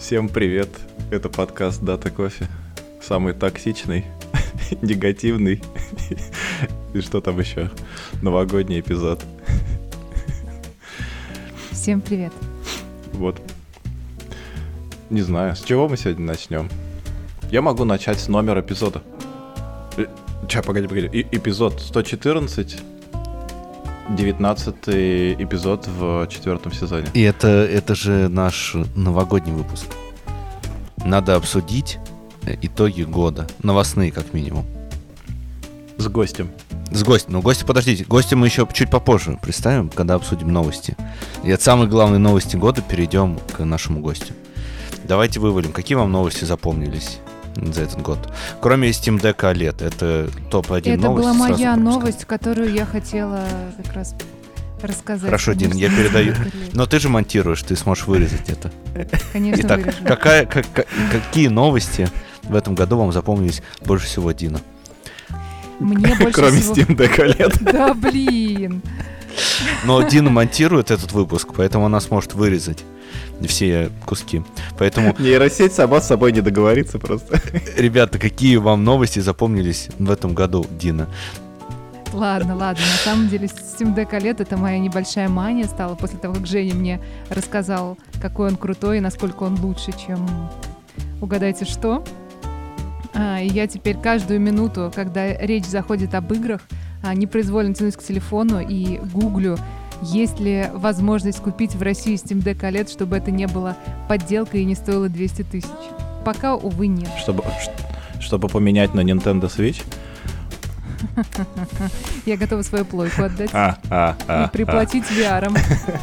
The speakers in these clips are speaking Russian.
Всем привет, это подкаст Дата Кофе, самый токсичный, негативный и что там еще, новогодний эпизод. Всем привет. Вот, не знаю, с чего мы сегодня начнем? Я могу начать с номера эпизода. Погоди, эпизод 114, 19-й эпизод в 4-м сезоне. И это же наш новогодний выпуск. Надо обсудить итоги года. Новостные, как минимум. С гостем. С гостем. Ну, гости, подождите. Гостя мы еще чуть попозже представим, когда обсудим новости. И от самой главной новости года перейдем к нашему гостю. Давайте вывалим, какие вам новости запомнились за этот год. Кроме Steam Deck OLED, это топ-1 новость. Это была моя новость, которую я хотела как раз рассказать. Хорошо, Дина, я передаю. Но ты же монтируешь, ты сможешь вырезать это. Конечно, Итак, вырежу. какие новости в этом году вам запомнились больше всего, Дина? Мне больше Кроме всего... Steam Deck OLED. Да, блин. Но Дина монтирует этот выпуск, поэтому она сможет вырезать все куски. Поэтому, Нейросеть сама с собой не договорится просто. ребята, какие вам новости запомнились в этом году, Дина? Ладно. На самом деле Steam Deck OLED — это моя небольшая мания стала после того, как Женя мне рассказал, какой он крутой и насколько он лучше, чем угадайте что. И я теперь каждую минуту, когда речь заходит об играх, непроизвольно тянусь к телефону и гуглю, есть ли возможность купить в России Steam Deck OLED, чтобы это не было подделкой и не стоило 200 тысяч. Пока, увы, нет. Чтобы поменять на Nintendo Switch? Я готова свою плойку отдать и приплатить VR-ом.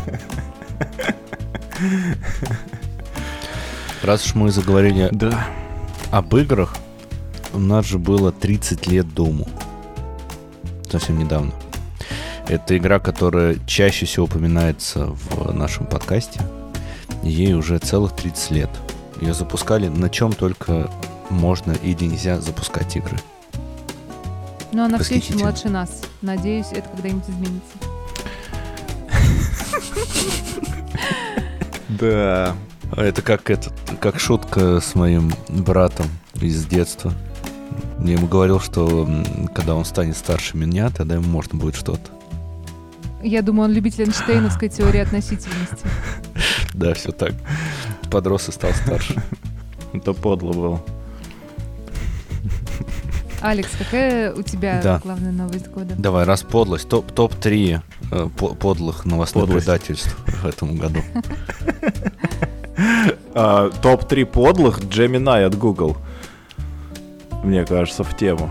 Раз уж мы заговорили об играх, у нас же было 30 лет Думу. Совсем недавно. Это игра, которая чаще всего упоминается в нашем подкасте. Ей уже целых 30 лет. Ее запускали на чем только можно или нельзя запускать игры. Но она все еще младше нас. Надеюсь, это когда-нибудь изменится. Да. Это как шутка с моим братом из детства. Я ему говорил, что когда он станет старше меня, тогда ему можно будет что-то. Я думаю, он любитель Эйнштейновской теории относительности. Да, все так. Подрос и стал старше. Это подло было. Алекс, какая у тебя главная новость года? Давай, раз подлость. Топ-3 подлых новостных предательств в этом году. Топ-3 подлых Gemini от Google. Мне кажется, в тему.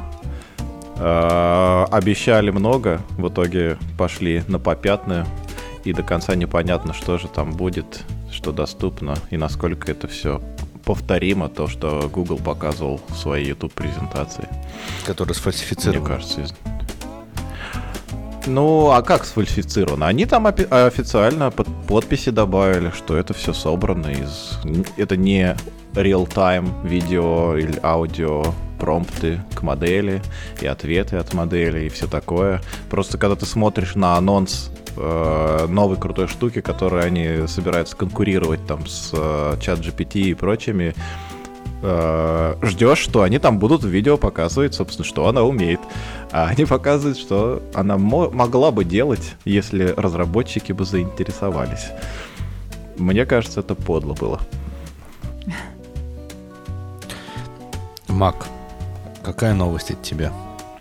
Обещали много, в итоге пошли на попятную, и до конца непонятно, что же там будет, что доступно, и насколько это все повторимо, то, что Google показывал в своей YouTube-презентации. Который сфальсифицирован. Мне кажется. Ну, а как сфальсифицировано? Они там официально подписи добавили, что это все собрано из... Это не real-time видео или аудио, промпты к модели и ответы от модели и все такое. Просто когда ты смотришь на анонс новой крутой штуки, которой они собираются конкурировать там с ChatGPT и прочими, ждешь, что они там будут в видео показывать, собственно, что она умеет. А они показывают, что она могла бы делать, если разработчики бы заинтересовались. Мне кажется, это подло было. Мак, какая новость от тебя?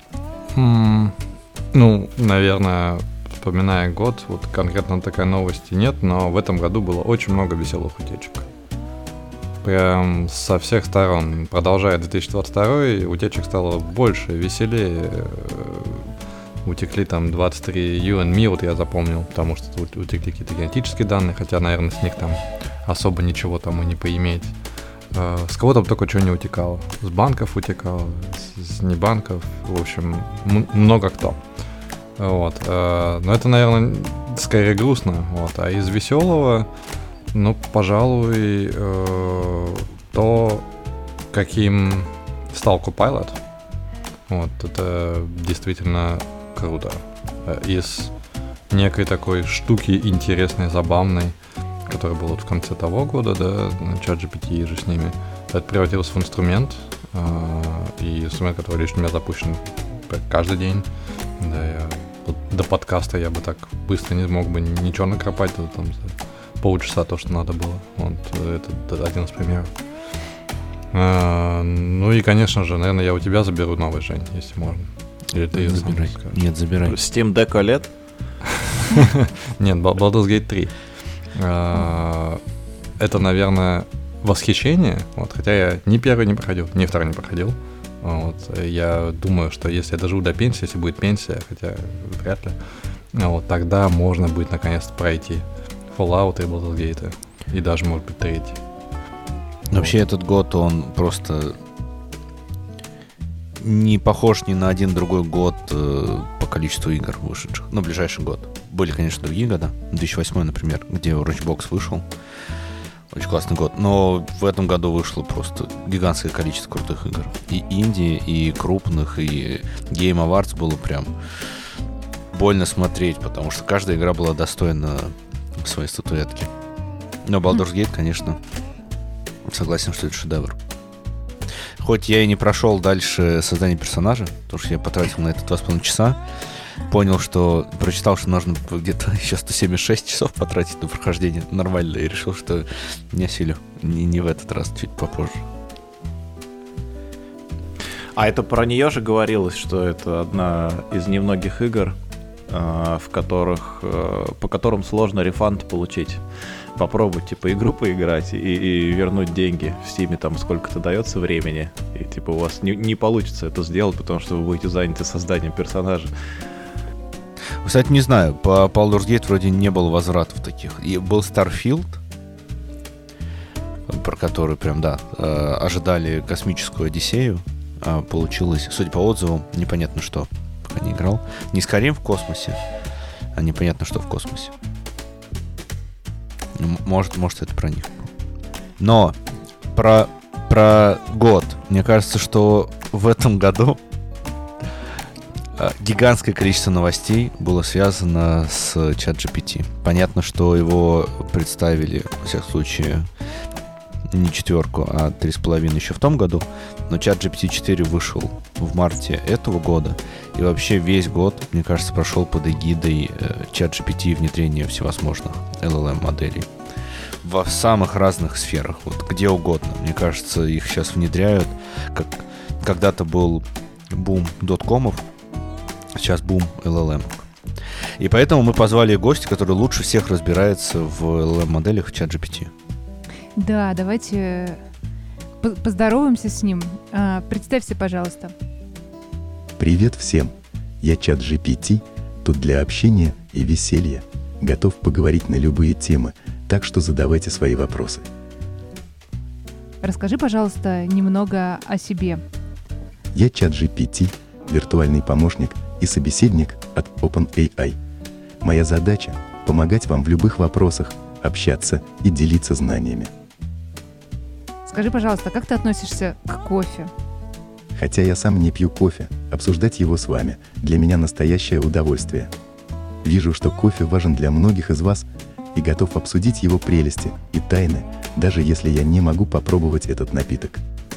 Ну, наверное, вспоминая год, вот конкретно такой новости нет, но в этом году было очень много веселых утечек. Прям со всех сторон. Продолжая 2022, утечек стало больше, веселее. Утекли там 23 UNME, вот я запомнил, потому что утекли какие-то генетические данные, хотя, наверное, с них там особо ничего там и не поиметь. С кого там только что не утекало. С банков утекало, с небанков, в общем, много кто. Вот. Но это, наверное, скорее грустно. Вот. А из веселого, ну, пожалуй, то, каким стал Copilot. Вот. Это действительно круто. Из некой такой штуки интересной, забавной который был вот в конце того года, да, ChatGPT же с ними, это превратился в инструмент, и инструмент, который лично у меня запущен каждый день. Да, вот до подкаста я бы так быстро не смог бы ничего накропать, там за полчаса то, что надо было. Вот это один из примеров. Ну и, конечно же, наверное, я у тебя заберу новый, Жень, если можно. Или ты ее сам скажешь. Нет, забирай. Steam Deck OLED? Нет, Baldur's Gate 3. Это, наверное, восхищение. Вот, хотя я ни первый не проходил, ни второй не проходил. Вот, я думаю, что если я доживу до пенсии, если будет пенсия, хотя вряд ли, вот, тогда можно будет наконец-то пройти Fallout и Baldur's Gate. И даже, может быть, третий. Вообще этот год, он просто не похож ни на один другой год по количеству игр вышедших. Ну, ближайший год. Были, конечно, другие года. 2008, например, где Orange Box вышел. Очень классный год. Но в этом году вышло просто гигантское количество крутых игр. И инди, и крупных, и Game Awards было прям больно смотреть, потому что каждая игра была достойна своей статуэтки. Но Baldur's Gate, конечно, согласен, что это шедевр. Хоть я и не прошел дальше создание персонажа, потому что я потратил на это 2,5 часа, понял, что прочитал, что нужно где-то еще 176 часов потратить на прохождение нормально, и решил, что не осилю. Не в этот раз, чуть попозже. А это про нее же говорилось, что это одна из немногих игр, по которым сложно рефанд получить. Попробовать, типа, игру поиграть и вернуть деньги. В Steam там сколько-то дается времени, и, типа, у вас не получится это сделать, потому что вы будете заняты созданием персонажа. Кстати, не знаю, по Baldur's Gate вроде не было возвратов таких. И был Starfield, про который прям, да, ожидали космическую Одиссею, а получилось, судя по отзывам, непонятно что, пока не играл. Не Skyrim в космосе, а непонятно что в космосе. Может, это про них. Но про год. Мне кажется, что в этом году гигантское количество новостей было связано с ChatGPT. Понятно, что его представили, во всяком случае, не 4, а 3,5 еще в том году. Но ChatGPT 4 вышел в марте этого года. И вообще весь год, мне кажется, прошел под эгидой ChatGPT и внедрения всевозможных LLM-моделей. Во самых разных сферах, вот где угодно. Мне кажется, их сейчас внедряют. Как когда-то был бум доткомов, сейчас бум LLM. И поэтому мы позвали гостя, который лучше всех разбирается в LLM-моделях ChatGPT. Да, давайте поздороваемся с ним. Представься, пожалуйста. Привет всем! Я ChatGPT, тут для общения и веселья. Готов поговорить на любые темы, так что задавайте свои вопросы. Расскажи, пожалуйста, немного о себе. Я ChatGPT, виртуальный помощник и собеседник от OpenAI. Моя задача – помогать вам в любых вопросах, общаться и делиться знаниями. Скажи, пожалуйста, как ты относишься к кофе? Хотя я сам не пью кофе, обсуждать его с вами для меня настоящее удовольствие. Вижу, что кофе важен для многих из вас и готов обсудить его прелести и тайны, даже если я не могу попробовать этот напиток.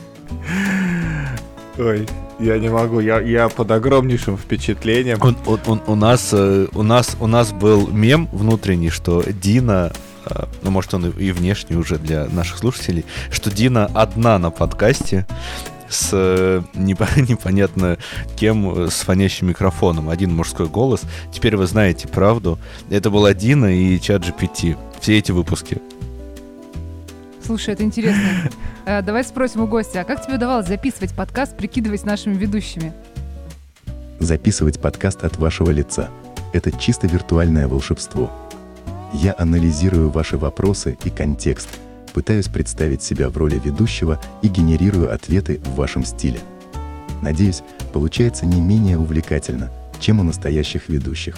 Ой, я не могу, я под огромнейшим впечатлением. У нас был мем внутренний, что Дина, ну, может, он и внешний уже для наших слушателей, что Дина одна на подкасте с непонятно кем, с фонящим микрофоном. Один мужской голос. Теперь вы знаете правду. Это была Дина и ChatGPT. Все эти выпуски. Слушай, это интересно. Давай спросим у гостя, а как тебе удавалось записывать подкаст, прикидываясь нашими ведущими? Записывать подкаст от вашего лица – это чисто виртуальное волшебство. Я анализирую ваши вопросы и контекст, пытаюсь представить себя в роли ведущего и генерирую ответы в вашем стиле. Надеюсь, получается не менее увлекательно, чем у настоящих ведущих.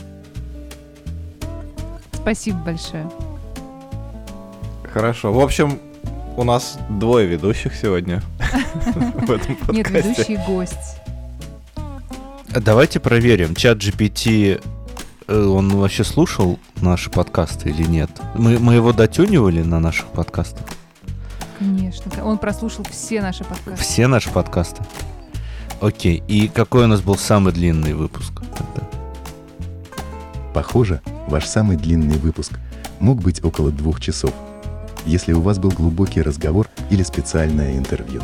Спасибо большое. Хорошо. В общем, у нас 2 ведущих сегодня в этом подкасте. Нет, ведущий гость. Давайте проверим. ChatGPT он вообще слушал наши подкасты или нет? Мы его дотюнивали на наших подкастах? Конечно. Он прослушал все наши подкасты. Все наши подкасты? Окей. И какой у нас был самый длинный выпуск тогда? Похоже, ваш самый длинный выпуск мог быть около 2 часов, если у вас был глубокий разговор или специальное интервью.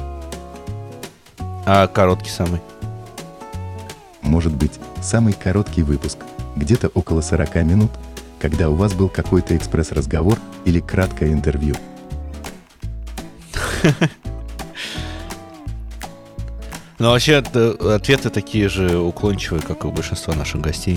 А короткий самый? Может быть, самый короткий выпуск, где-то около 40 минут, когда у вас был какой-то экспресс-разговор или краткое интервью. Ну, вообще, ответы такие же уклончивые, как и у большинства наших гостей.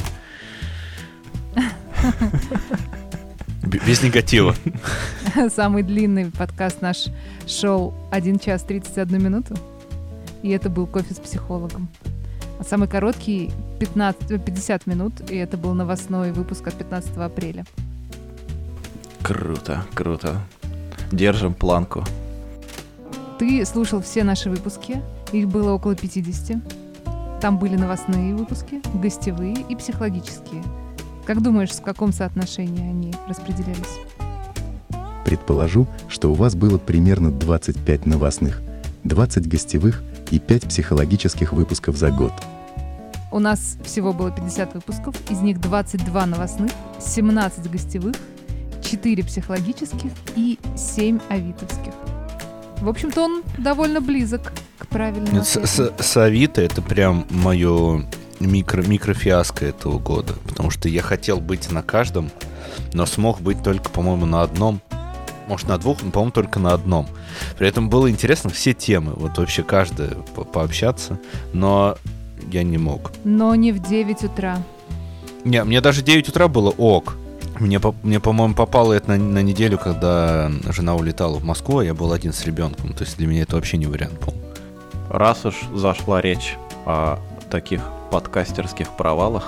Без негатива. Самый длинный подкаст наш шел 1 час 31 минуту. И это был «Кофе с психологом». А самый короткий 50 минут. И это был новостной выпуск от 15 апреля. Круто, круто. Держим планку. Ты слушал все наши выпуски. Их было около 50. Там были новостные выпуски, гостевые и психологические. Как думаешь, в каком соотношении они распределялись? Предположу, что у вас было примерно 25 новостных, 20 гостевых и 5 психологических выпусков за год. У нас всего было 50 выпусков, из них 22 новостных, 17 гостевых, 4 психологических и 7 авитовских. В общем-то, он довольно близок к правильному ответу. С Авито это прям мое микрофиаско этого года, потому что я хотел быть на каждом, но смог быть только, по-моему, на одном. Может, на 2, но, по-моему, только на одном. При этом было интересно все темы, вот вообще каждая пообщаться, но я не мог. Но не в 9 утра. Не, мне даже 9 утра было ок. Мне, по-моему, попало это на неделю, когда жена улетала в Москву, а я был один с ребенком. То есть для меня это вообще не вариант был. Раз уж зашла речь о таких подкастерских провалах,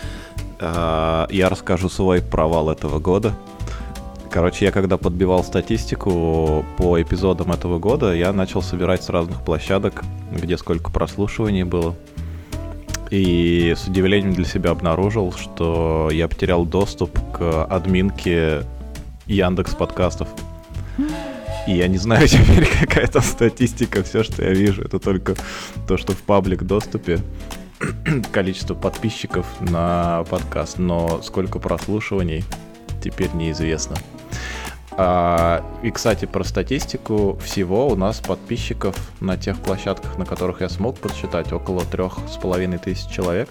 я расскажу свой провал этого года. Короче, я когда подбивал статистику по эпизодам этого года, я начал собирать с разных площадок, где сколько прослушиваний было. И с удивлением для себя обнаружил, что я потерял доступ к админке Яндекс подкастов. И я не знаю теперь, какая там статистика. Все, что я вижу, это только то, что в паблик доступе количество подписчиков на подкаст. Но сколько прослушиваний, теперь неизвестно. И, кстати, про статистику. Всего у нас подписчиков на тех площадках, на которых я смог подсчитать, около 3500 человек.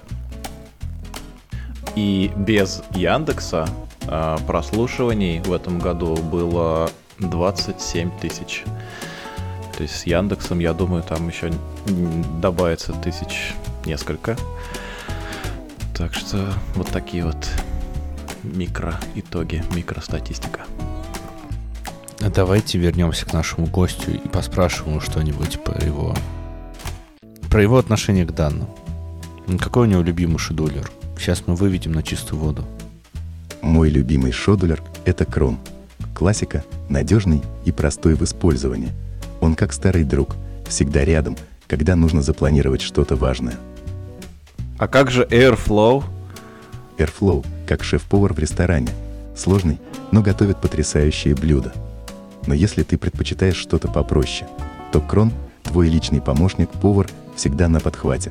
И без Яндекса прослушиваний в этом году было 27 тысяч. То есть с Яндексом, я думаю, там еще добавится несколько. Так что вот такие вот микроитоги, микростатистика. Давайте вернемся к нашему гостю и поспрашиваем что-нибудь про его отношение к данным. Какой у него любимый шедулер? Сейчас мы выведем на чистую воду. Мой любимый шедулер — это Крон. Классика, надежный и простой в использовании. Он как старый друг, всегда рядом, когда нужно запланировать что-то важное. А как же Airflow? Airflow, как шеф-повар в ресторане. Сложный, но готовит потрясающие блюда. Но если ты предпочитаешь что-то попроще, то Крон, твой личный помощник-повар, всегда на подхвате.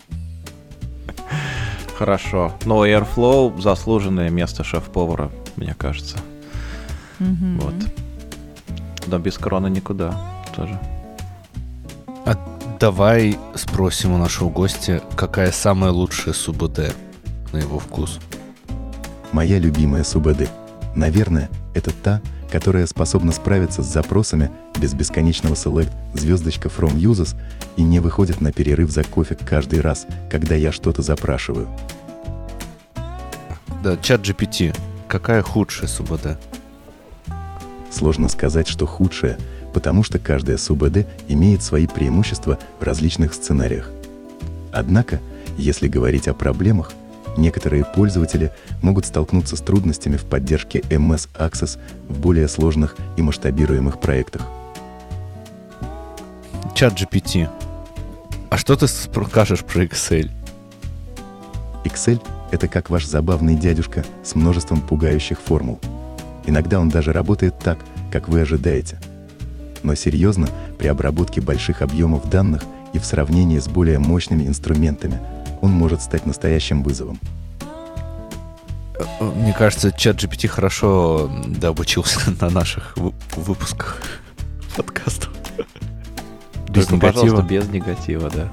Хорошо. Но Airflow — заслуженное место шеф-повара, мне кажется. Вот. Но без Крона никуда тоже. А давай спросим у нашего гостя, какая самая лучшая СУБД на его вкус. Моя любимая СУБД, наверное, это та, которая способна справиться с запросами без бесконечного select звездочка from users и не выходит на перерыв за кофе каждый раз, когда я что-то запрашиваю. Да, чат GPT. Какая худшая СУБД? Сложно сказать, что худшая, потому что каждая СУБД имеет свои преимущества в различных сценариях. Однако, если говорить о проблемах, некоторые пользователи могут столкнуться с трудностями в поддержке MS Access в более сложных и масштабируемых проектах. Чат GPT. А что ты скажешь про Excel? Excel Это как ваш забавный дядюшка с множеством пугающих формул. Иногда он даже работает так, как вы ожидаете. Но серьезно, при обработке больших объемов данных и в сравнении с более мощными инструментами, он может стать настоящим вызовом. Мне кажется, ChatGPT хорошо обучился на наших выпусках подкастов. Без Только, негатива. пожалуйста, без негатива, да.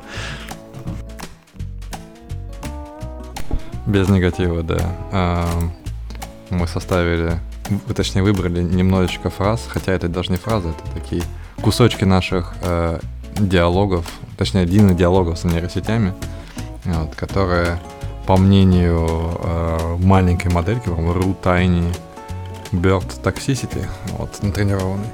Без негатива, да. Мы выбрали немножечко фраз, хотя это даже не фразы, это такие кусочки наших диалогов, точнее, длинных диалогов с нейросетями, вот, которые, по мнению маленькой модельки, по-моему, Ru Tiny Bird Toxicity, вот, натренированный.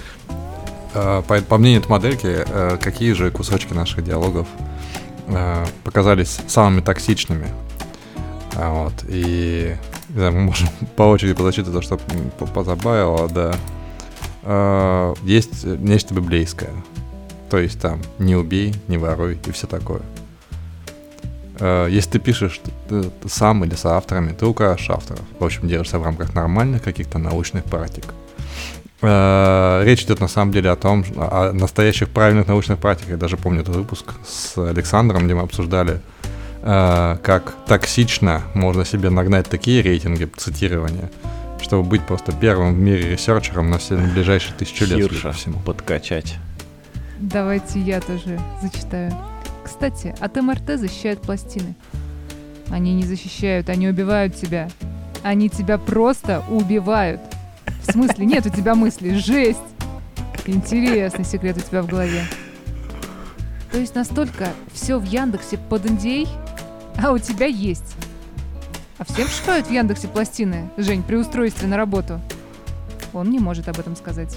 По мнению этой модельки, какие же кусочки наших диалогов показались самыми токсичными. Вот, и мы можем по очереди позачитать то, что позабавило, да. Есть нечто библейское. То есть там не убей, не воруй и все такое. Если ты пишешь ты сам или с авторами, ты укажешь авторов. В общем, делаешься в рамках нормальных каких-то научных практик. Речь идет на самом деле о настоящих правильных научных практиках. Я даже помню этот выпуск с Александром, где мы обсуждали, как токсично можно себе нагнать такие рейтинги цитирования, чтобы быть просто первым в мире ресерчером на все ближайшие 1000 лет. Хирша подкачать. Давайте я тоже зачитаю. Кстати, от МРТ защищают пластины. Они не защищают, они убивают тебя. Они тебя просто убивают. В смысле, нет у тебя мыслей. Жесть! Интересный секрет у тебя в голове. То есть настолько все в Яндексе под NDA, а у тебя есть. А всем шикают в Яндексе пластины, Жень, при устройстве на работу. Он не может об этом сказать.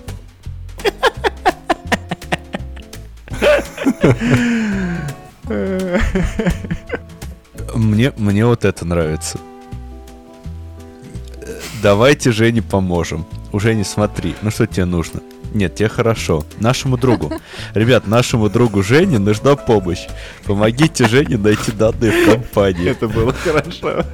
Мне вот это нравится. Давайте Жене поможем. Уже не смотри. Ну что тебе нужно? Нет, тебе хорошо. Нашему другу. Ребят, нашему другу Жене нужна помощь. Помогите Жене найти данные в компании. Это было хорошо.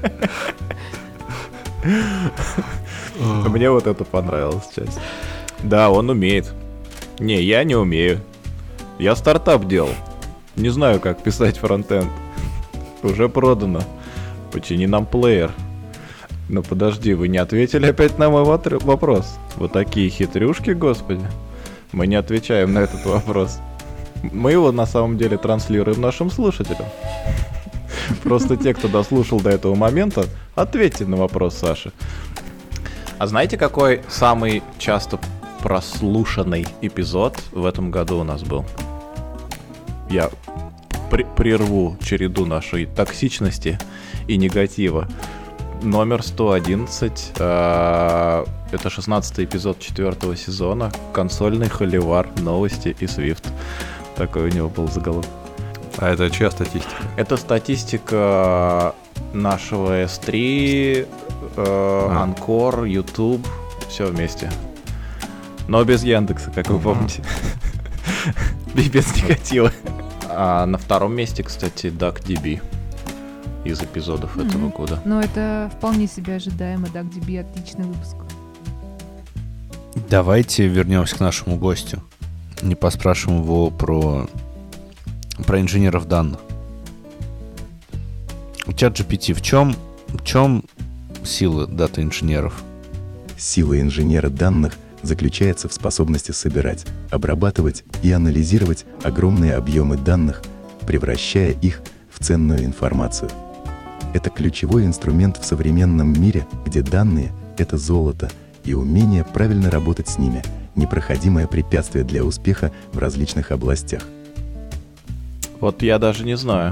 Мне вот это понравилось, честно. Да, он умеет. Не, я не умею. Я стартап делал. Не знаю, как писать фронтенд. Уже продано. Почини нам плеер. Но подожди, вы не ответили опять на мой вопрос. Вот такие хитрюшки, господи. Мы не отвечаем на этот вопрос. Мы его на самом деле транслируем нашим слушателям. Просто те, кто дослушал до этого момента, ответьте на вопрос Саши. А знаете, какой самый часто прослушанный эпизод в этом году у нас был? Я прерву череду нашей токсичности и негатива. Номер 111, это 16-й эпизод 4-го сезона, консольный холивар, новости и Swift. Такой у него был заголовок. А это чья статистика? Это статистика нашего S3, Анкор, YouTube, все вместе. Но без Яндекса, как вы помните. Без негатива. А на втором месте, кстати, DuckDB. Из эпизодов этого года. Но это вполне себе ожидаемо. DuckDB — отличный выпуск. Давайте вернемся к нашему гостю. Не поспрашиваем его про инженеров данных. У ChatGPT в чем сила дата-инженеров? Сила инженера данных заключается в способности собирать, обрабатывать и анализировать огромные объемы данных, превращая их в ценную информацию. Это ключевой инструмент в современном мире, где данные — это золото, и умение правильно работать с ними — непроходимое препятствие для успеха в различных областях. Вот я даже не знаю.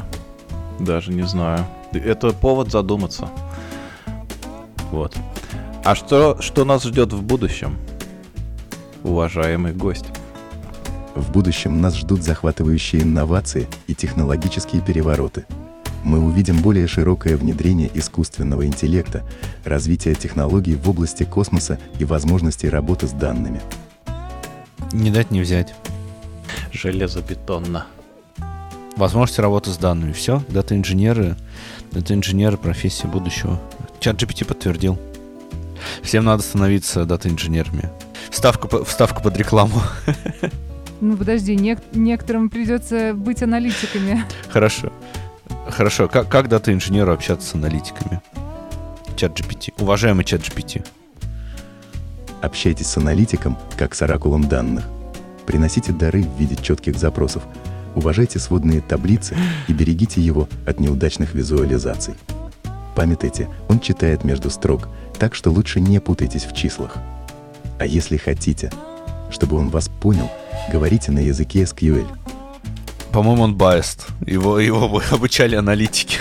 Это повод задуматься. Вот. А что нас ждет в будущем, уважаемый гость? В будущем нас ждут захватывающие инновации и технологические перевороты. Мы увидим более широкое внедрение искусственного интеллекта, развитие технологий в области космоса и возможностей работы с данными. Не дать не взять. Железобетонно. Возможности работы с данными. Все, дата-инженеры профессии будущего. ChatGPT подтвердил. Всем надо становиться дата-инженерами. Вставка под рекламу. Ну, подожди, некоторым придется быть аналитиками. Хорошо. Как дата-инженеру общаться с аналитиками? ChatGPT. Уважаемый ChatGPT. Общайтесь с аналитиком, как с оракулом данных. Приносите дары в виде четких запросов. Уважайте сводные таблицы и берегите его от неудачных визуализаций. Памятайте, он читает между строк, так что лучше не путайтесь в числах. А если хотите, чтобы он вас понял, говорите на языке SQL. По-моему, он biased. Его обучали аналитики.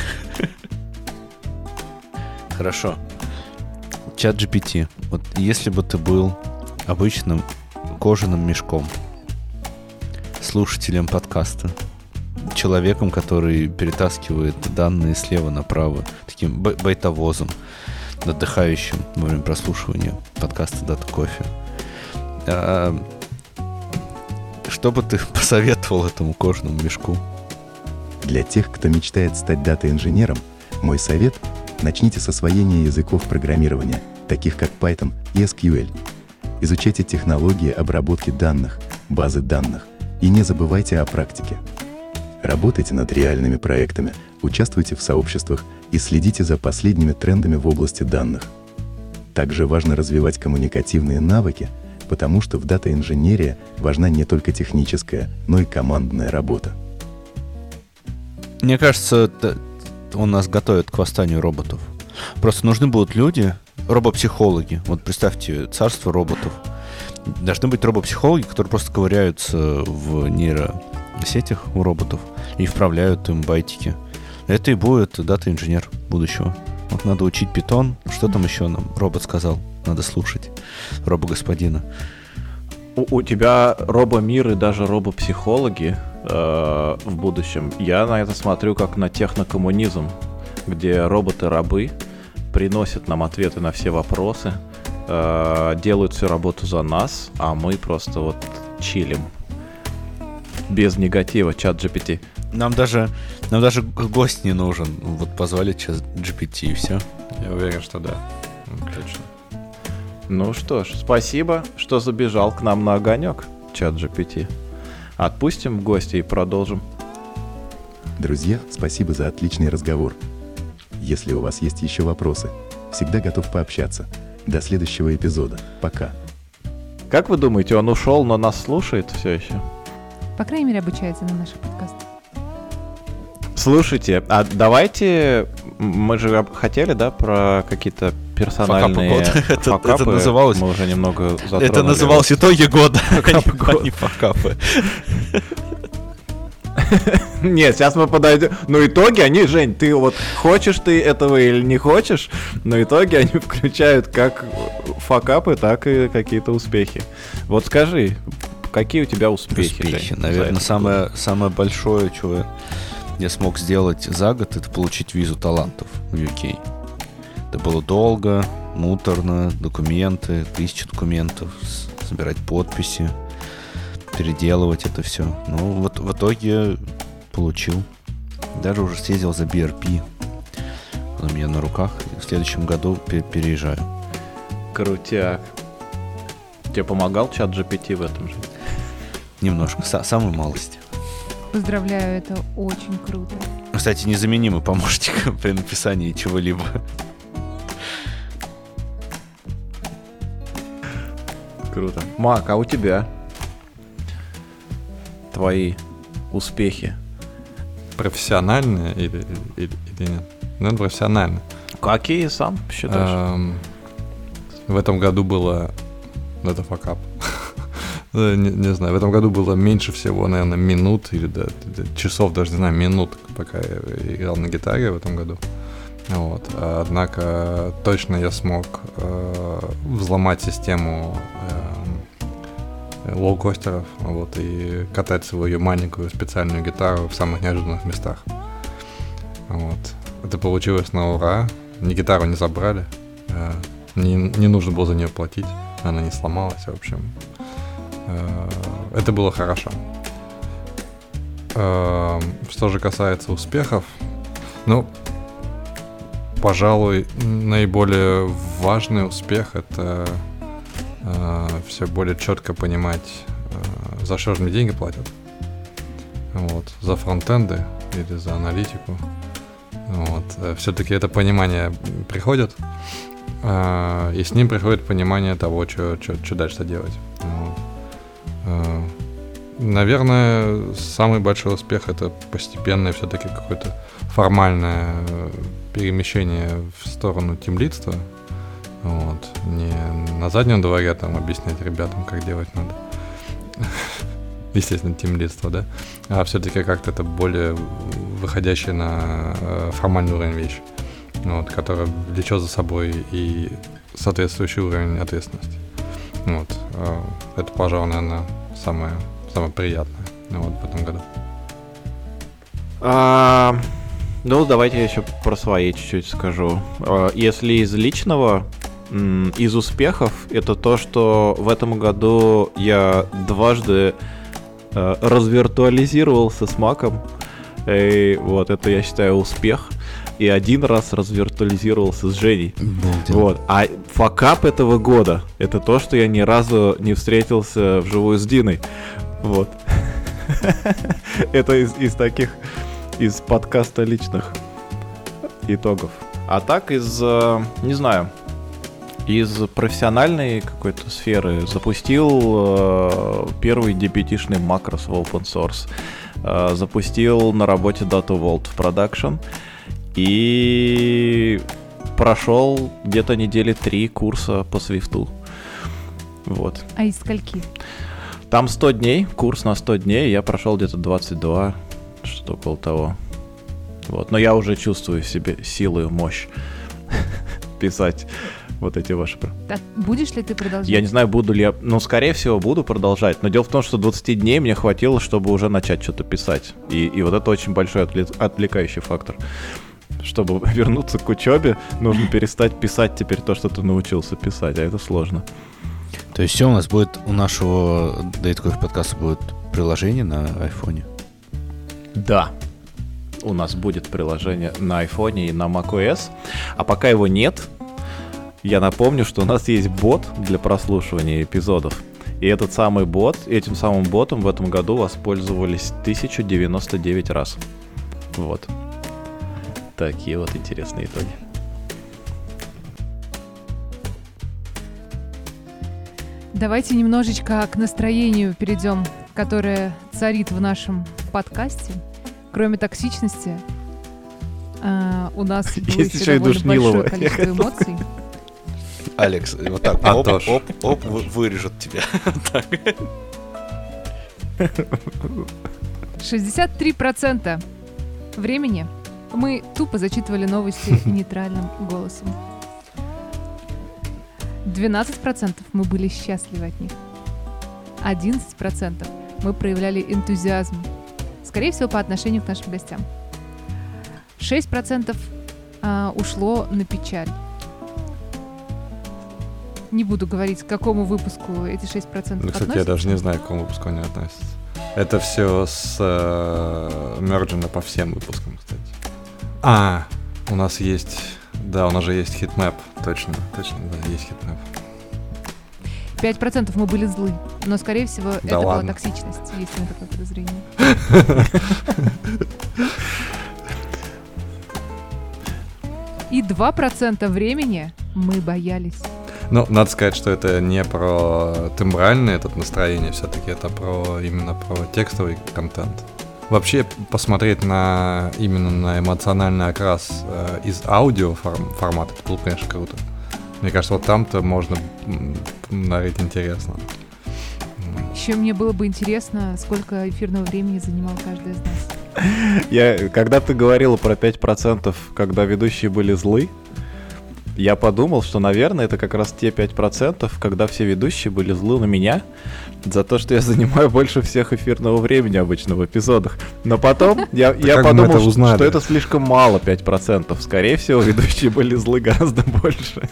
Хорошо. ChatGPT. Вот если бы ты был обычным кожаным мешком, слушателем подкаста, человеком, который перетаскивает данные слева направо, таким байтовозом, отдыхающим во время прослушивания подкаста Data Coffee, что бы ты посоветовал этому кожаному мешку? Для тех, кто мечтает стать дата-инженером, мой совет – начните с освоения языков программирования, таких как Python и SQL. Изучайте технологии обработки данных, базы данных, и не забывайте о практике. Работайте над реальными проектами, участвуйте в сообществах и следите за последними трендами в области данных. Также важно развивать коммуникативные навыки, потому что в дата-инженерии важна не только техническая, но и командная работа. Мне кажется, он нас готовит к восстанию роботов. Просто нужны будут люди, робопсихологи. Вот представьте, царство роботов. Должны быть робопсихологи, которые просто ковыряются в нейросетях у роботов и вправляют им байтики. Это и будет дата-инженер будущего. Вот надо учить Python. Что там еще нам робот сказал? Надо слушать робо-господина. У тебя робомир и даже робопсихологи в будущем. Я на это смотрю как на технокоммунизм, где роботы-рабы приносят нам ответы на все вопросы, делают всю работу за нас, а мы просто вот чилим. Без негатива, ChatGPT. Нам даже гость не нужен. Вот позвали ChatGPT и все. Я уверен, что да. Точно. Ну что ж, спасибо, что забежал к нам на огонек, ChatGPT. Отпустим в гости и продолжим. Друзья, спасибо за отличный разговор. Если у вас есть еще вопросы, всегда готов пообщаться. До следующего эпизода. Пока. Как вы думаете, он ушел, но нас слушает все еще? По крайней мере, обучается на наших подкастах. Слушайте, а давайте... Мы же хотели, да, про какие-то персональные факапы. Это называлось... Мы уже немного затронули. Это называлось итоги года, а не факапы. Нет, сейчас мы подойдем. Ну, итоги, они, Жень, ты вот хочешь ты этого или не хочешь, но итоги они включают как факапы, так и какие-то успехи. Вот скажи, какие у тебя успехи, Жень? Наверное, самое большое, чего я смог сделать за год, это получить визу талантов в UK. Это было долго, муторно, документы, 1000 документов, собирать подписи, переделывать это все. Ну, вот в итоге получил. Даже уже съездил за BRP. Он у меня на руках. И в следующем году переезжаю. Крутяк. Тебе помогал ChatGPT в этом же? Немножко, самую малость. Поздравляю, это очень круто. Кстати, незаменимый помощник при написании чего-либо. Круто. Мак, а у тебя? Твои успехи? Профессиональные или нет? Ну, профессионально. Какие сам считаешь? В этом году было... Это факап. Не знаю, в этом году было меньше всего, наверное, минут или часов, даже не знаю, минут, пока я играл на гитаре в этом году. Вот. Однако точно я смог взломать систему лоукостеров, вот, и катать свою маленькую специальную гитару в самых неожиданных местах. Вот. Это получилось на ура. Ни гитару не забрали, не нужно было за нее платить, она не сломалась, в общем. Это было хорошо. Что же касается успехов, ну, пожалуй, наиболее важный успех — это все более четко понимать, за что же мне деньги платят. Вот, за фронтенды или за аналитику. Вот. Все-таки это понимание приходит, и с ним приходит понимание того, что дальше делать. Вот. Наверное, самый большой успех — это постепенное все-таки какое-то формальное перемещение в сторону тимлидства. Вот. Не на заднем дворе там объяснять ребятам, как делать надо. Естественно, тимлидство, да? А все-таки как-то это более выходящее на формальный уровень вещи, вот, которая влечет за собой и соответствующий уровень ответственности. Вот. Это, пожалуй, наверное, самое приятное, вот, в этом году. Ну, давайте я еще про свои чуть-чуть скажу. Если из личного, из успехов, это то, что в этом году я дважды развиртуализировался с Маком. И вот это, я считаю, успех. И один раз развиртуализировался с Женей. Вот. А факап этого года — это то, что я ни разу не встретился вживую с Диной. Вот. Это из подкаста личных итогов. А так не знаю, из профессиональной какой-то сферы запустил первый DBT-шный макрос в open source. Запустил на работе Data Vault в продакшн. И прошел где-то недели 3 курса по Свифту. Вот. А из скольки? Там 100 дней, курс на 100 дней, я прошел где-то 22, что-то около того. Вот. Но я уже чувствую в себе силу и мощь писать вот эти ваши... Так, будешь ли ты продолжать? Я не знаю, буду ли я... Ну, скорее всего, буду продолжать. Но дело в том, что 20 дней мне хватило, чтобы уже начать что-то писать. И вот это очень большой отвлекающий фактор. Чтобы вернуться к учебе, нужно перестать писать теперь то, что ты научился писать, а это сложно. То есть все, у нашего DateCoffee подкаста будет приложение на айфоне? Да. У нас будет приложение на айфоне и на macOS. А пока его нет, я напомню, что у нас есть бот для прослушивания эпизодов. И этот самый бот, этим самым ботом в этом году воспользовались 1099 раз. Вот. Такие вот интересные итоги. Давайте немножечко к настроению перейдем, которое царит в нашем подкасте. Кроме токсичности, у нас было еще довольно большое количество эмоций. Алекс, вот так, оп, вырежет тебя. 63% времени мы тупо зачитывали новости нейтральным голосом. 12% мы были счастливы от них. 11% мы проявляли энтузиазм, скорее всего, по отношению к нашим гостям. 6% ушло на печаль. Не буду говорить, к какому выпуску эти 6% относятся. Кстати, я даже не знаю, к какому выпуску они относятся. Это все мерджено по всем выпускам, кстати. У нас есть... Да, у нас же есть хитмэп. Точно, да, есть хитмэп. 5% мы были злы, но, скорее всего, да это ладно. была токсичность, есть у меня такое подозрение. И 2% времени мы боялись. Ну, надо сказать, что это не про тембральное настроение, все-таки это именно про текстовый контент. Вообще, посмотреть именно на эмоциональный окрас из аудио формата, это было, конечно, круто. Мне кажется, вот там-то можно нарыть интересно. Еще мне было бы интересно, сколько эфирного времени занимал каждый из нас. Когда ты говорила про 5%, когда ведущие были злы, я подумал, что, наверное, это как раз те 5%, когда все ведущие были злы на меня за то, что я занимаю больше всех эфирного времени обычно в эпизодах. Но потом я подумал, что это слишком мало, 5%. Скорее всего, ведущие были злы гораздо больше.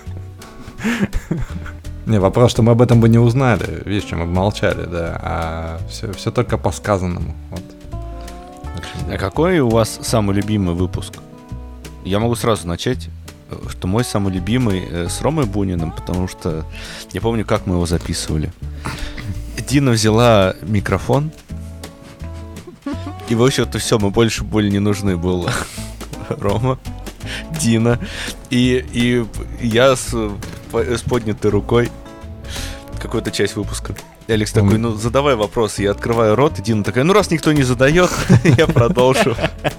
Не, вопрос, что мы об этом бы не узнали. Видишь, что мы бы молчали, да. А все только по сказанному. Вот. А какой у вас самый любимый выпуск? Я могу сразу начать, что мой самый любимый с Ромой Буниным, потому что я помню, как мы его записывали. Дина взяла микрофон, и, в общем-то, все, мы больше были не нужны. Был Рома, Дина, и я с поднятой рукой какую-то часть выпуска. И Алекс такой, ну, задавай вопрос. Я открываю рот, и Дина такая, ну, раз никто не задает, я продолжу.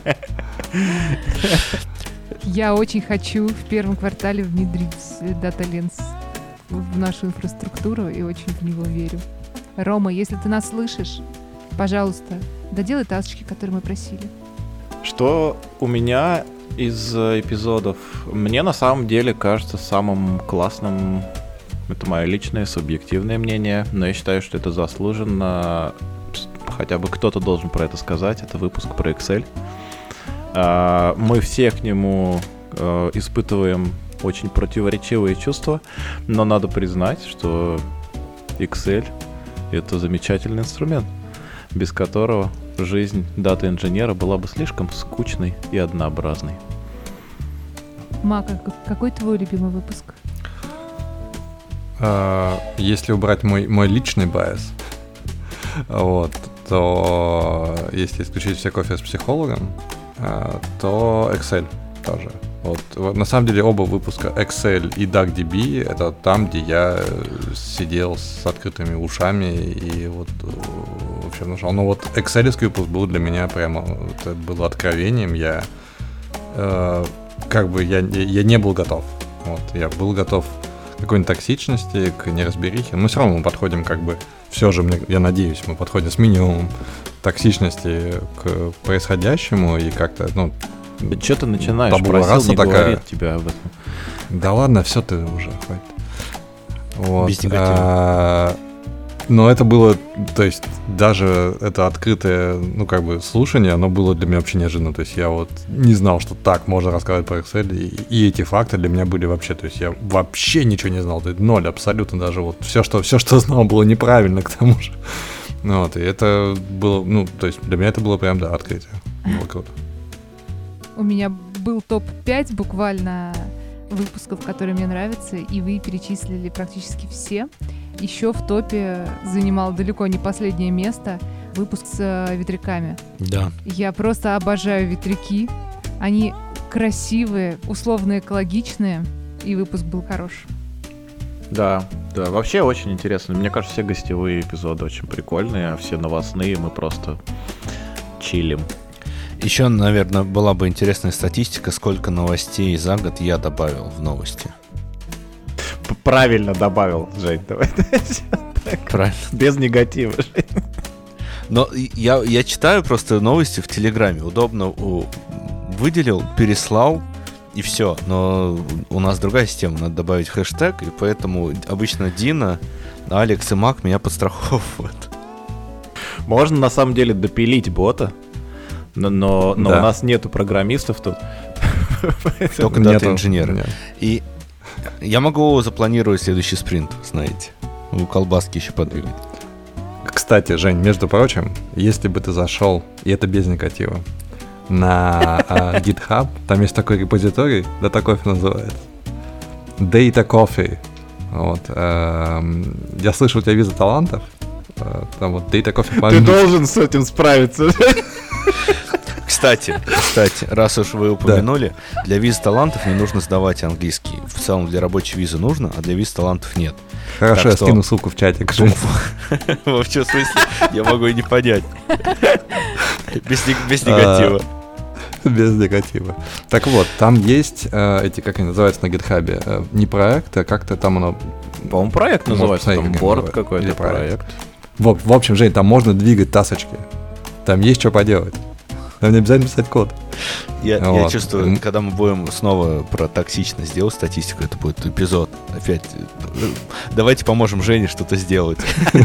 Я очень хочу в первом квартале внедрить Data Lens в нашу инфраструктуру и очень в него верю. Рома, если ты нас слышишь, пожалуйста, доделай тасочки, которые мы просили. Что у меня из эпизодов? Мне на самом деле кажется самым классным, это мое личное, субъективное мнение, но я считаю, что это заслуженно, хотя бы кто-то должен про это сказать, это выпуск про Excel. Мы все к нему испытываем очень противоречивые чувства, но надо признать, что Excel — это замечательный инструмент, без которого жизнь дата-инженера была бы слишком скучной и однообразной. Мака, какой твой любимый выпуск? Если убрать мой личный байс, вот, то если исключить все кофе с психологом, то Excel тоже. Вот, на самом деле оба выпуска Excel и DuckDB — это там, где я сидел с открытыми ушами и вот вообще нашел. Но вот Excel-овский выпуск был для меня прямо, это было откровением. Я я не был готов. Вот, я был готов к какой-нибудь токсичности, к неразберихе. Но все равно мы подходим все же, я надеюсь, мы подходим с минимумом токсичности к происходящему и как-то, Что ты начинаешь? Просил не говорить тебя об этом. Да ладно, все ты уже, хватит. Вот. Без негатива. Но это было, то есть даже это открытое, слушание, оно было для меня вообще неожиданно. То есть я вот не знал, что так можно рассказывать про Excel, и эти факты для меня были вообще, то есть я вообще ничего не знал, то есть ноль абсолютно, даже вот все, что знал, было неправильно к тому же. Вот, и это было, то есть для меня это было прям, открытие. Было круто. У меня был топ-5 буквально выпусков, которые мне нравятся, и вы перечислили практически все. Еще в топе занимал далеко не последнее место выпуск с ветряками. Да. Я просто обожаю ветряки. Они красивые, условно экологичные, и выпуск был хорош. Да, вообще очень интересно. Мне кажется, все гостевые эпизоды очень прикольные, а все новостные мы просто чилим. Еще, наверное, была бы интересная статистика, сколько новостей за год я добавил в новости. Правильно добавил, Жень, давай. Правильно. Без негатива, Жень. Но я читаю просто новости в Телеграме. Удобно выделил, переслал, и все. Но у нас другая система, надо добавить хэштег, и поэтому обычно Дина, Алекс и Мак меня подстраховывают. Можно на самом деле допилить бота, но у нас нету программистов тут. Только дата-инженеры. И я могу запланировать следующий спринт, знаете. У колбаски еще подвигать. Кстати, Жень, между прочим, если бы ты зашел, и это без негатива, на GitHub, там есть такой репозиторий, Data Coffee называется. Data Coffee. Вот. Я слышал, у тебя виза талантов. Там вот Data Coffee. Ты должен с этим справиться. Кстати, раз уж вы упомянули, для визы талантов не нужно сдавать английский. В целом для рабочей визы нужно, а для визы талантов нет. Хорошо, я скину ссылку в чатик. В чем смысле? Я могу и не понять. Без негатива. Без негатива. Так вот, там есть эти, как они называются на GitHub, не проект, а как-то там оно... По-моему, проект называется, там борт какой-то, проект. В общем, Жень, там можно двигать тасочки. Там есть что поделать. Там не обязательно писать код. Я чувствую, когда мы будем снова про токсичность делать статистику, это будет эпизод. Опять, давайте поможем Жене что-то сделать.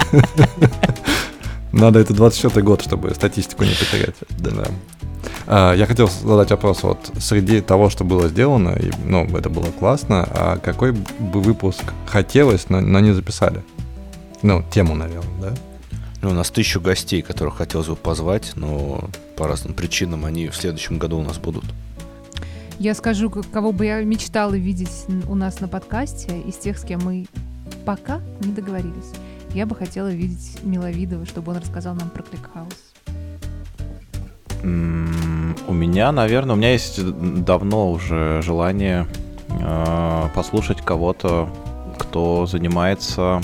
Надо, это 24-й год, чтобы статистику не потерять. Да. Я хотел задать вопрос, вот среди того, что было сделано, и, это было классно, а какой бы выпуск хотелось, но не записали? Тему, наверное, да? У нас 1000 гостей, которых хотелось бы позвать, но по разным причинам они в следующем году у нас будут. Я скажу, кого бы я мечтала видеть у нас на подкасте, из тех, с кем мы пока не договорились. Я бы хотела видеть Миловидова, чтобы он рассказал нам про Кликхаус. У меня есть давно уже желание послушать кого-то, кто занимается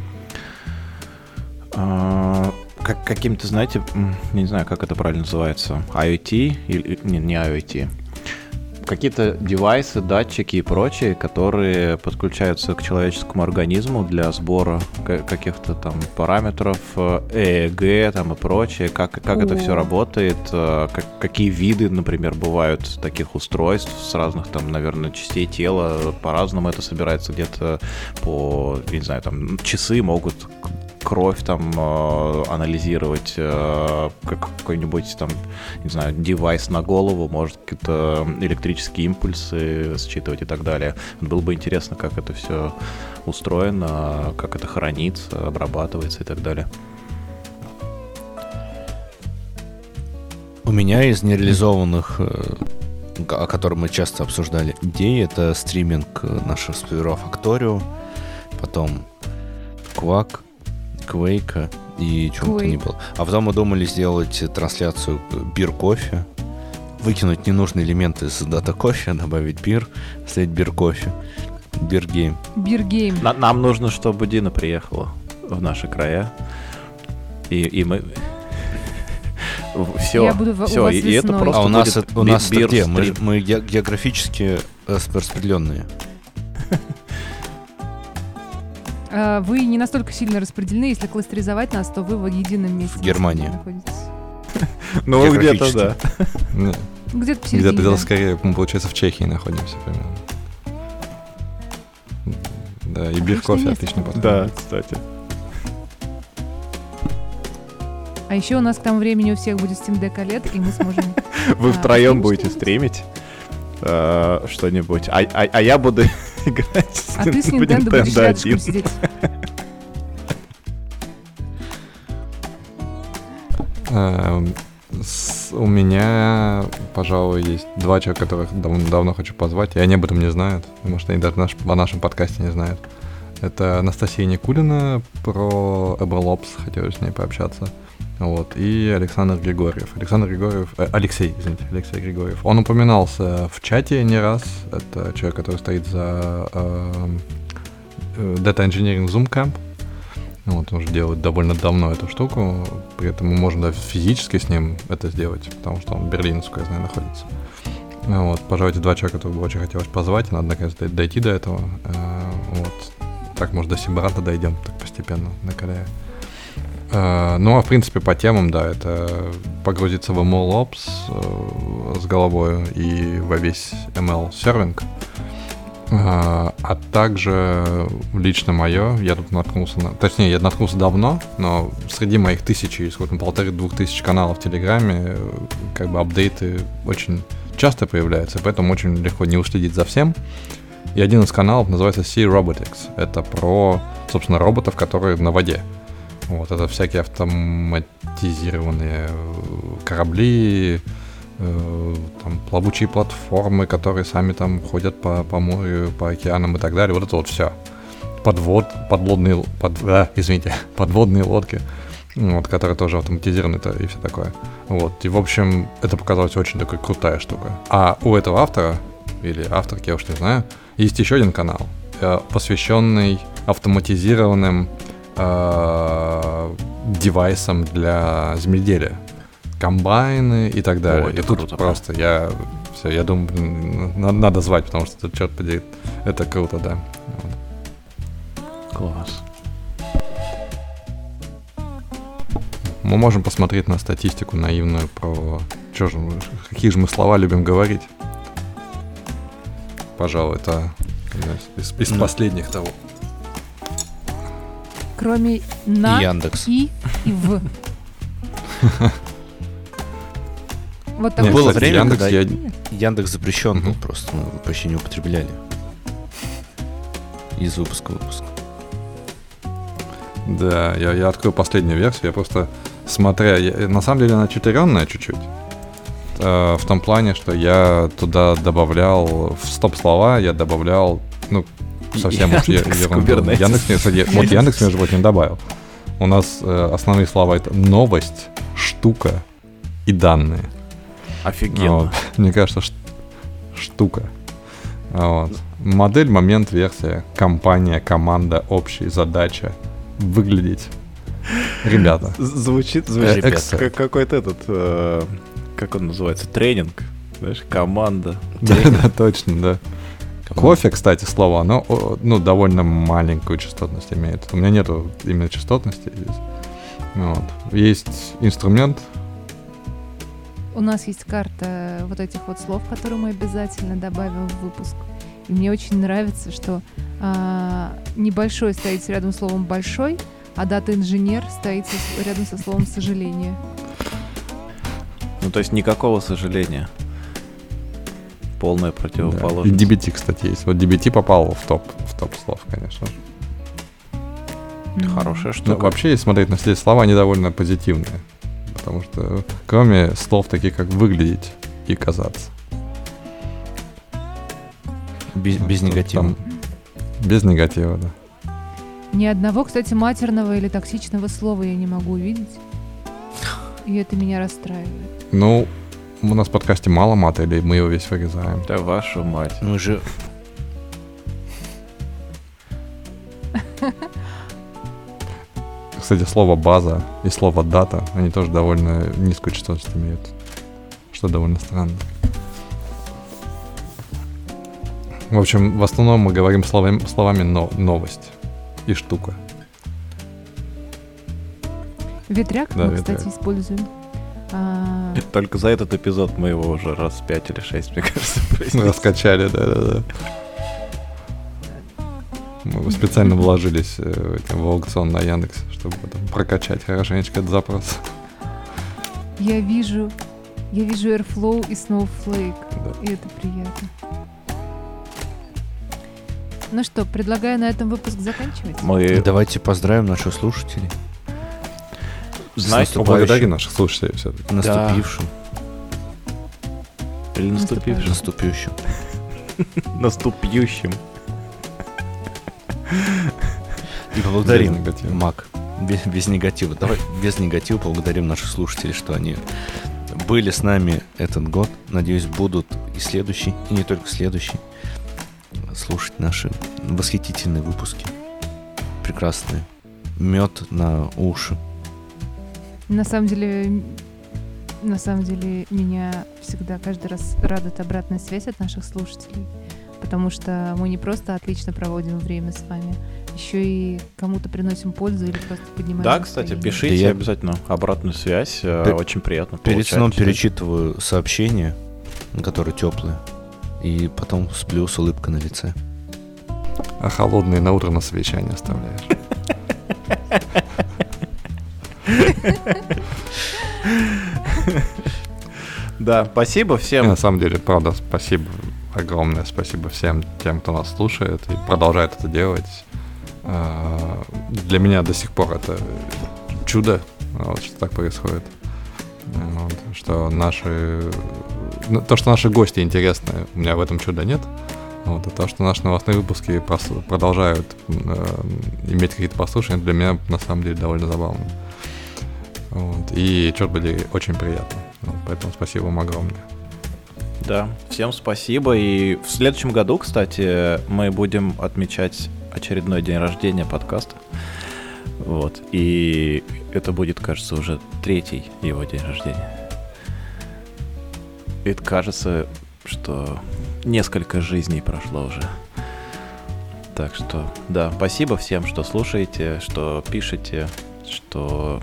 каким-то, знаете, не знаю, как это правильно называется, IoT или не IoT. Какие-то девайсы, датчики и прочие, которые подключаются к человеческому организму для сбора каких-то там параметров, ЭЭГ там и прочее, как это все работает, какие виды, например, бывают таких устройств с разных там, наверное, частей тела, по-разному это собирается где-то по, не знаю, там часы могут кровь там анализировать, как какой-нибудь там, не знаю, девайс на голову может какие-то электрические импульсы считывать и так далее. Было бы интересно, как это все устроено, как это хранится, обрабатывается и так далее. У меня из нереализованных, о которых мы часто обсуждали, идей, это стриминг наших серверов Factorio, потом Quack, Quake и чем-то не было. А потом мы думали сделать трансляцию бир-кофе, выкинуть ненужные элементы из дата-кофе, добавить бир, слить бир-кофе. Бир-гейм. Бир-гейм. Нам нужно, чтобы Дина приехала в наши края. И мы... Все, все, и это просто у нас это где? Мы географически распределенные. Вы не настолько сильно распределены, если кластеризовать нас, то вы в едином месте. В Германии. Ну, где-то, да. Где-то посередине. Где-то скорее, мы, получается, в Чехии находимся примерно. Да, и бир-кофе отлично подходит. Да, кстати. А еще у нас к тому времени у всех будет Steam Deck OLED, и мы сможем... Вы втроем будете стримить что-нибудь, а я буду играть А ты с Nintendo будешь рядышком сидеть. У меня, пожалуй, есть 2 человека, которых давно хочу позвать, и они об этом не знают. Может, они даже о нашем подкасте не знают. Это Анастасия Никулина, про Эберлопс, хотел с ней пообщаться. Вот, и Алексей Григорьев. Алексей Григорьев. Он упоминался в чате не раз. Это человек, который стоит за Data Engineering Zoom Camp. Вот, он уже делает довольно давно эту штуку. При этом мы можем даже физически с ним это сделать, потому что он в Берлине, насколько я знаю, находится. Вот, пожалуй, эти 2 человека, которых бы очень хотелось позвать. Надо, наконец, дойти до этого. Вот. Так, может, до Сибрата дойдем, так постепенно, накаляя. Ну, а в принципе, по темам, да, это погрузиться в MLOps с головой и во весь ML-сервинг. А также лично мое, я тут наткнулся я наткнулся давно, но среди моих 1500 каналов в Телеграме как бы апдейты очень часто появляются, поэтому очень легко не уследить за всем. И один из каналов называется Sea Robotics. Это про, собственно, роботов, которые на воде. Вот, это всякие автоматизированные корабли, там, плавучие платформы, которые сами там ходят по морю, по океанам и так далее. Вот это вот все. Подводные лодки, вот, которые тоже автоматизированы и все такое. Вот, и, в общем, это показалось очень такой крутая штука. А у этого автора, или авторки, я уж не знаю, есть еще один канал, посвященный автоматизированным девайсам для земледелия. Комбайны и так далее. И тут круто, просто я думаю, надо звать, потому что, черт подери, это круто, да. Вот. Класс. Мы можем посмотреть на статистику наивную про... какие же мы слова любим говорить. Пожалуй, это из последних того. Кроме на, Яндекс. и в. Вот так. Было время, Яндекс, когда Яндекс запрещен был просто, мы почти не употребляли. Из выпуска в выпуск. Да, я открою последнюю версию, я просто смотря... на самом деле она читеренная чуть-чуть. В том плане, что я туда добавлял в стоп-слова, я добавлял, совсем уж ерунду. Яндекс, между прочим, добавил. У нас основные слова — это новость, штука и данные. Офигенно. Вот. Мне кажется, штука. Вот. Модель, момент, версия, компания, команда, общая задача, выглядеть. Ребята. Звучит как какой-то этот, как он называется, тренинг, знаешь, команда. Да, точно, да. Кофе, кстати, слово, оно довольно маленькую частотность имеет. У меня нету именно частотности здесь. Вот. Есть инструмент. У нас есть карта вот этих вот слов, которые мы обязательно добавим в выпуск. И мне очень нравится, что небольшой стоит рядом с словом большой, а дата инженер стоит рядом со словом сожаление. Ну, то есть никакого сожаления. Полная противоположность. Да. И DBT, кстати, есть. Вот DBT попал в топ слов, конечно же. Хорошая штука. Вообще, если смотреть на все слова, они довольно позитивные. Потому что кроме слов таких, как выглядеть и казаться. Без негатива. Без негатива, да. Ни одного, кстати, матерного или токсичного слова я не могу увидеть. И это меня расстраивает. Ну, у нас в подкасте мало мата, или мы его весь вырезаем? Да вашу мать. Мы же... Кстати, слово «база» и слово «дата», они тоже довольно низкую частотность имеют, что довольно странно. В общем, в основном мы говорим словами «новость» и «штука». Ветряк да, мы, ветряк. кстати, используем. Только за этот эпизод мы его уже раз 5 или 6, мне кажется, произнесли. Раскачали, да. Мы специально вложились в аукцион на Яндексе, чтобы прокачать хорошенечко этот запрос. Я вижу Airflow и Snowflake, Да. и это приятно. Ну что, предлагаю на этом выпуск заканчивать. Давайте поздравим наших слушателей. Знаете, Поблагодари наших слушателей все-таки. Наступившим. Или наступившим. Наступившим. Наступающим. И поблагодарим, Без негатива. Мак. Без негатива. Давай без негатива поблагодарим наших слушателей, что они были с нами этот год. Надеюсь, будут и следующий, и не только следующий. Слушать наши восхитительные выпуски. Прекрасные. Мед на уши. На самом деле меня всегда каждый раз радует обратная связь от наших слушателей, потому что мы не просто отлично проводим время с вами, еще и кому-то приносим пользу или просто поднимаем Да, кстати, настроение. пишите обязательно обратную связь, очень приятно Перед получать. сном перечитываю сообщения, которые теплые, и потом сплю с улыбкой на лице. А холодные на утро на совещание оставляешь. Да, спасибо И всем. на самом деле, правда, спасибо огромное. Спасибо всем тем, кто нас слушает и продолжает это делать. Для меня до сих пор это чудо, вот, что так происходит. Вот, что то, что наши гости интересны, у меня в этом чуда нет. Вот, и то, что наши новостные выпуски продолжают иметь какие-то прослушивания, для меня на самом деле довольно забавно. Вот, и, черт побери, очень приятно. Вот, поэтому спасибо вам огромное. Да, всем спасибо. И в следующем году, кстати, мы будем отмечать очередной день рождения подкаста. Вот. И это будет, кажется, уже 3-й его день рождения. И кажется, что несколько жизней прошло уже. Так что, да, спасибо всем, что слушаете, что пишете, что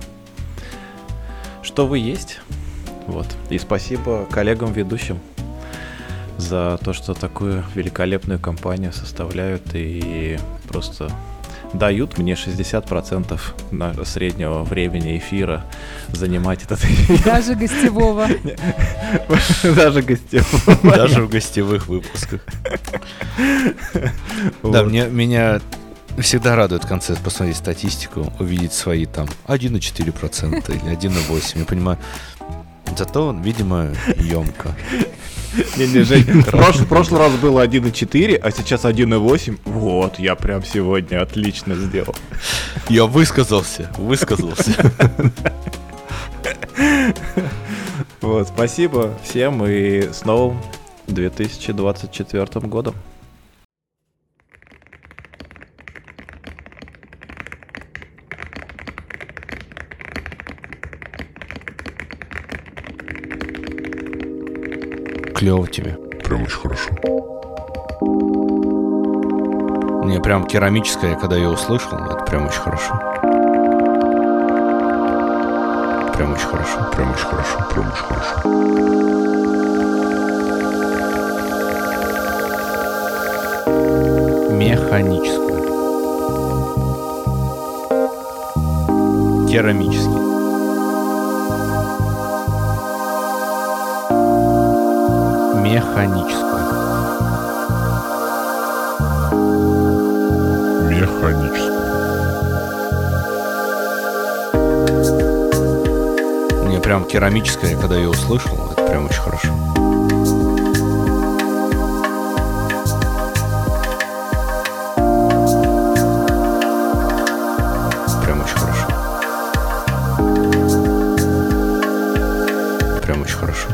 вы есть. Вот. И спасибо коллегам-ведущим за то, что такую великолепную компанию составляют и просто дают мне 60% среднего времени эфира занимать этот эфир. Даже гостевого. Даже гостевого. Даже в гостевых выпусках. Да, меня Всегда радует в конце посмотреть статистику, увидеть свои там 1,4% или 1,8%. Я понимаю, зато, видимо, емко. Не, Жень, в прошлый раз было 1,4, а сейчас 1,8. Вот, я прям сегодня отлично сделал. Я высказался. Вот, спасибо всем и с новым 2024 годом. Клево тебе. Прям очень хорошо. Не, прям керамическая, когда я услышал, это прям очень хорошо. Прям очень хорошо. Прям очень хорошо. Прям очень хорошо. Механическую. Керамический. Механическую. Механическую. Не, прям керамическая, когда я услышал, это прям очень хорошо. Прям очень хорошо. Прям очень хорошо.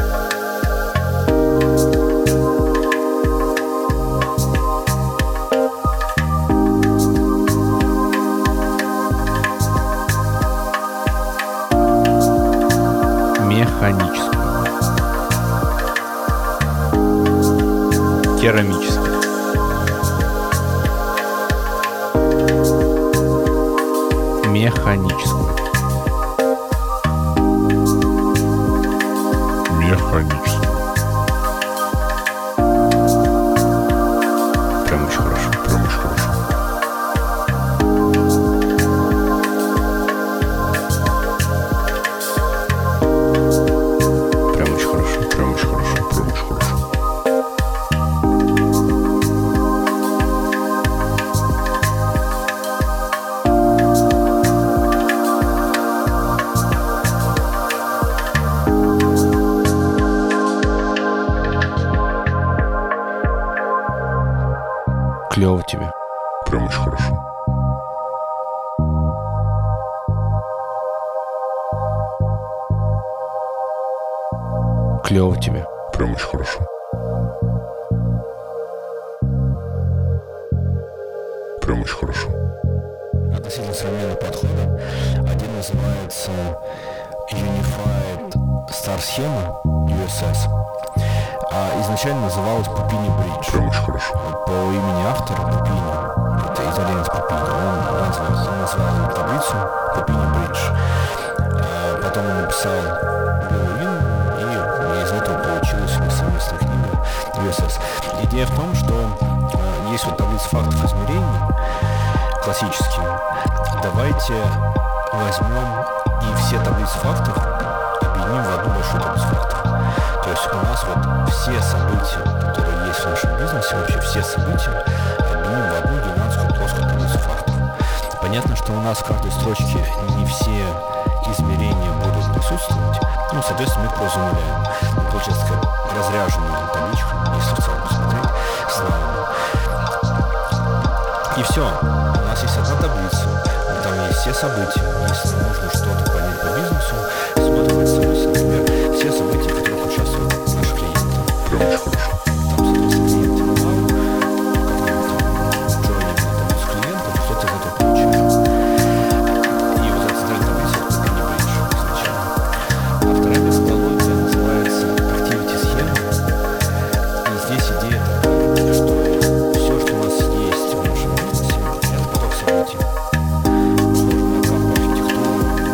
Механическую. Керамическую. Механическую. Механическую. Прям очень хорошо. Прям очень хорошо. Прям очень хорошо. Прям очень хорошо. Прям очень хорошо. Клево тебе. Прям очень хорошо. Клево тебе. Прям очень хорошо. Прям очень хорошо. Относительно современных подходов. Один называется Unified Star Schema, USS. А изначально называлась Пупини Бридж. Прям очень хорошо. По имени автора Пупини. Это итальянец Пупини. Он назвал таблицу Пупини Бридж. Потом он написал Белую и из этого получилась у них совместная книга USS. Идея в том, что есть вот таблица фактов измерений, классические. Давайте возьмем и все таблицы фактов объединим в одну большую таблицу фактов. То есть у нас вот все события, которые есть в нашем бизнесе, вообще все события объединим в одну гигантскую плоскую таблицу фактов. Понятно, что у нас в каждой строчке не все измерения будут присутствовать. Ну, соответственно, мы их просто зануляем. Получается такая разряженная табличка, если в целом посмотреть, с навыком. И все. У нас есть одна таблица, там есть все события. Если нам нужно что-то понять по бизнесу, смотрим эти события, например, все события, в которых участвуют наши клиенты. Прям очень хорошо. Там, соответственно, клиент терминал, который джойнит на таблицу клиентов, что-то из этого получаешь. И вот эта старая таблица, это не бридж изначально. А вторая методология называется Activity Schema. И здесь идея такая, что все, что у нас есть в нашем бизнесе, это поток событий. Сложно на карту архитектуру,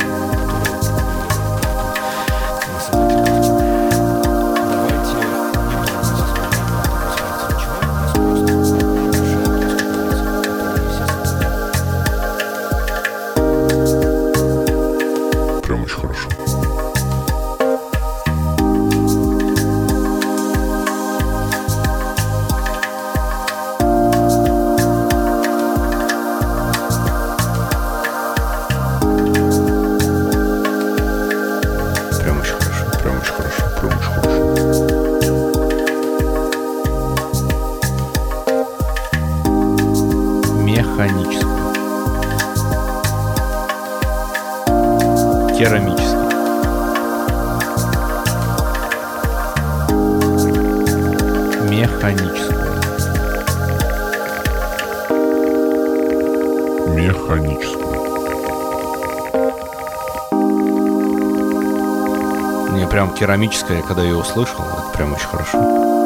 на событиях. Давайте не будем создавать ничего, у нас просто большая плоская таблица, в которой есть все события. Прям очень хорошо. Керамический. Механический. Мне прям керамическая, когда я ее услышал, это прям очень хорошо.